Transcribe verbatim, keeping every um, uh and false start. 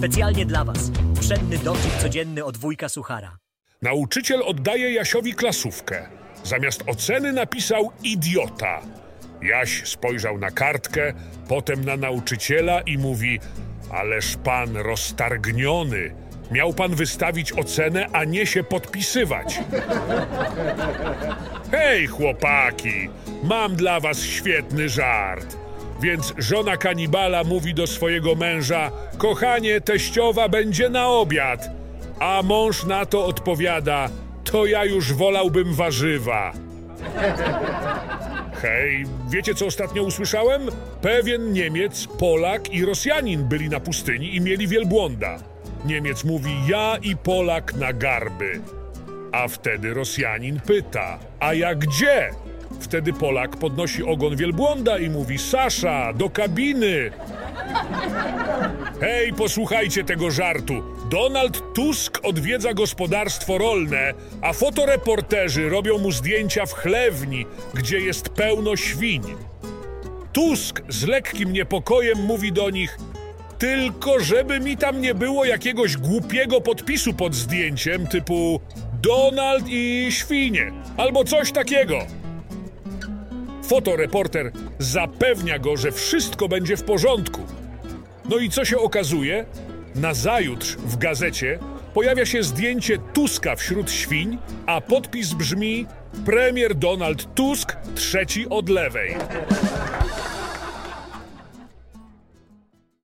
Specjalnie dla was. Pszenny dowcip codzienny od wujka Suchara. Nauczyciel oddaje Jasiowi klasówkę. Zamiast oceny napisał idiota. Jaś spojrzał na kartkę, potem na nauczyciela i mówi: ależ pan roztargniony. Miał pan wystawić ocenę, a nie się podpisywać. Hej, chłopaki, mam dla was świetny żart. Więc żona kanibala mówi do swojego męża: kochanie, teściowa będzie na obiad. A mąż na to odpowiada: to ja już wolałbym warzywa. Hej, wiecie co ostatnio usłyszałem? Pewien Niemiec, Polak i Rosjanin byli na pustyni i mieli wielbłąda. Niemiec mówi: ja i Polak na garby. A wtedy Rosjanin pyta: a ja gdzie? Wtedy Polak podnosi ogon wielbłąda i mówi: Sasza, do kabiny. Hej, posłuchajcie tego żartu. Donald Tusk odwiedza gospodarstwo rolne, a fotoreporterzy robią mu zdjęcia w chlewni, gdzie jest pełno świń. Tusk z lekkim niepokojem mówi do nich: tylko żeby mi tam nie było jakiegoś głupiego podpisu pod zdjęciem typu Donald i świnie, albo coś takiego. Fotoreporter zapewnia go, że wszystko będzie w porządku. No i co się okazuje? Nazajutrz w gazecie pojawia się zdjęcie Tuska wśród świń, a podpis brzmi: premier Donald Tusk, trzeci od lewej.